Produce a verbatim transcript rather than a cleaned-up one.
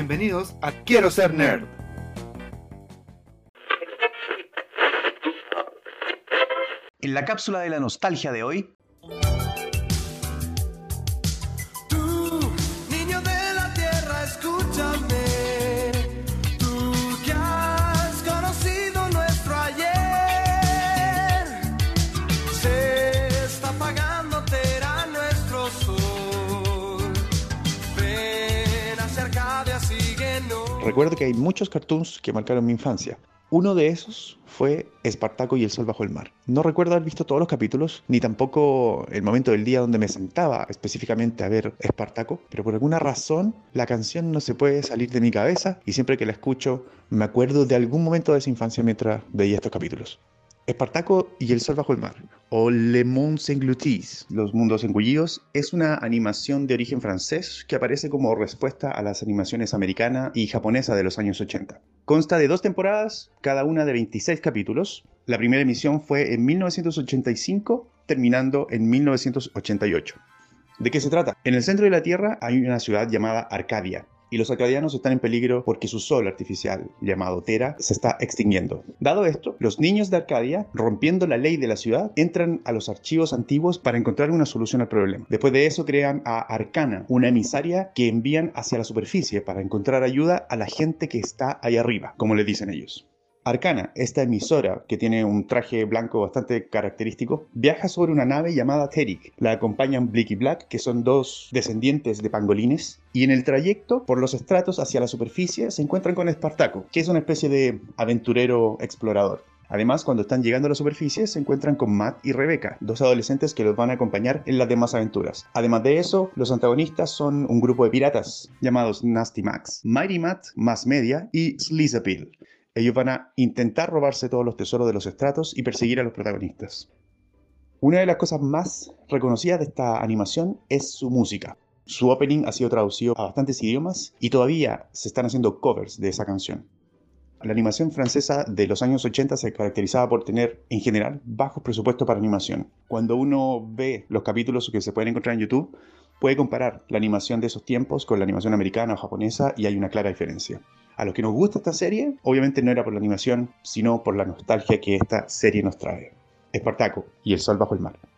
Bienvenidos a Quiero Ser Nerd. En la cápsula de la nostalgia de hoy... Tú, niño de la tierra, escúchame. Tú que has conocido nuestro ayer. Se está apagando, será nuestro sol. Ven acerca de síguenos. Recuerdo que hay muchos cartoons que marcaron mi infancia. Uno de esos fue Espartaco y el sol bajo el mar. No recuerdo haber visto todos los capítulos, ni tampoco el momento del día donde me sentaba específicamente a ver Espartaco, pero por alguna razón la canción no se puede salir de mi cabeza y siempre que la escucho me acuerdo de algún momento de esa infancia mientras veía estos capítulos. Espartaco y el sol bajo el mar, o Le Monde Engloutis, Los Mundos Engullidos, es una animación de origen francés que aparece como respuesta a las animaciones americana y japonesa de los años ochenta. Consta de dos temporadas, cada una de veintiséis capítulos. La primera emisión fue en mil novecientos ochenta y cinco, terminando en mil novecientos ochenta y ocho. ¿De qué se trata? En el centro de la Tierra hay una ciudad llamada Arcadia, y los arcadianos están en peligro porque su sol artificial, llamado Tera, se está extinguiendo. Dado esto, los niños de Arcadia, rompiendo la ley de la ciudad, entran a los archivos antiguos para encontrar una solución al problema. Después de eso crean a Arcana, una emisaria que envían hacia la superficie para encontrar ayuda a la gente que está ahí arriba, como le dicen ellos. Arcana, esta emisora, que tiene un traje blanco bastante característico, viaja sobre una nave llamada Terik. La acompañan Blick y Black, que son dos descendientes de pangolines, y en el trayecto, por los estratos hacia la superficie, se encuentran con Espartaco, que es una especie de aventurero explorador. Además, cuando están llegando a la superficie, se encuentran con Matt y Rebecca, dos adolescentes que los van a acompañar en las demás aventuras. Además de eso, los antagonistas son un grupo de piratas llamados Nasty Max, Mighty Matt, Mass Media y Sleazapill. Ellos van a intentar robarse todos los tesoros de los estratos y perseguir a los protagonistas. Una de las cosas más reconocidas de esta animación es su música. Su opening ha sido traducido a bastantes idiomas y todavía se están haciendo covers de esa canción. La animación francesa de los años ochenta se caracterizaba por tener, en general, bajos presupuestos para animación. Cuando uno ve los capítulos que se pueden encontrar en YouTube, puede comparar la animación de esos tiempos con la animación americana o japonesa y hay una clara diferencia. A los que nos gusta esta serie, obviamente no era por la animación, sino por la nostalgia que esta serie nos trae. Espartaco y el sol bajo el mar.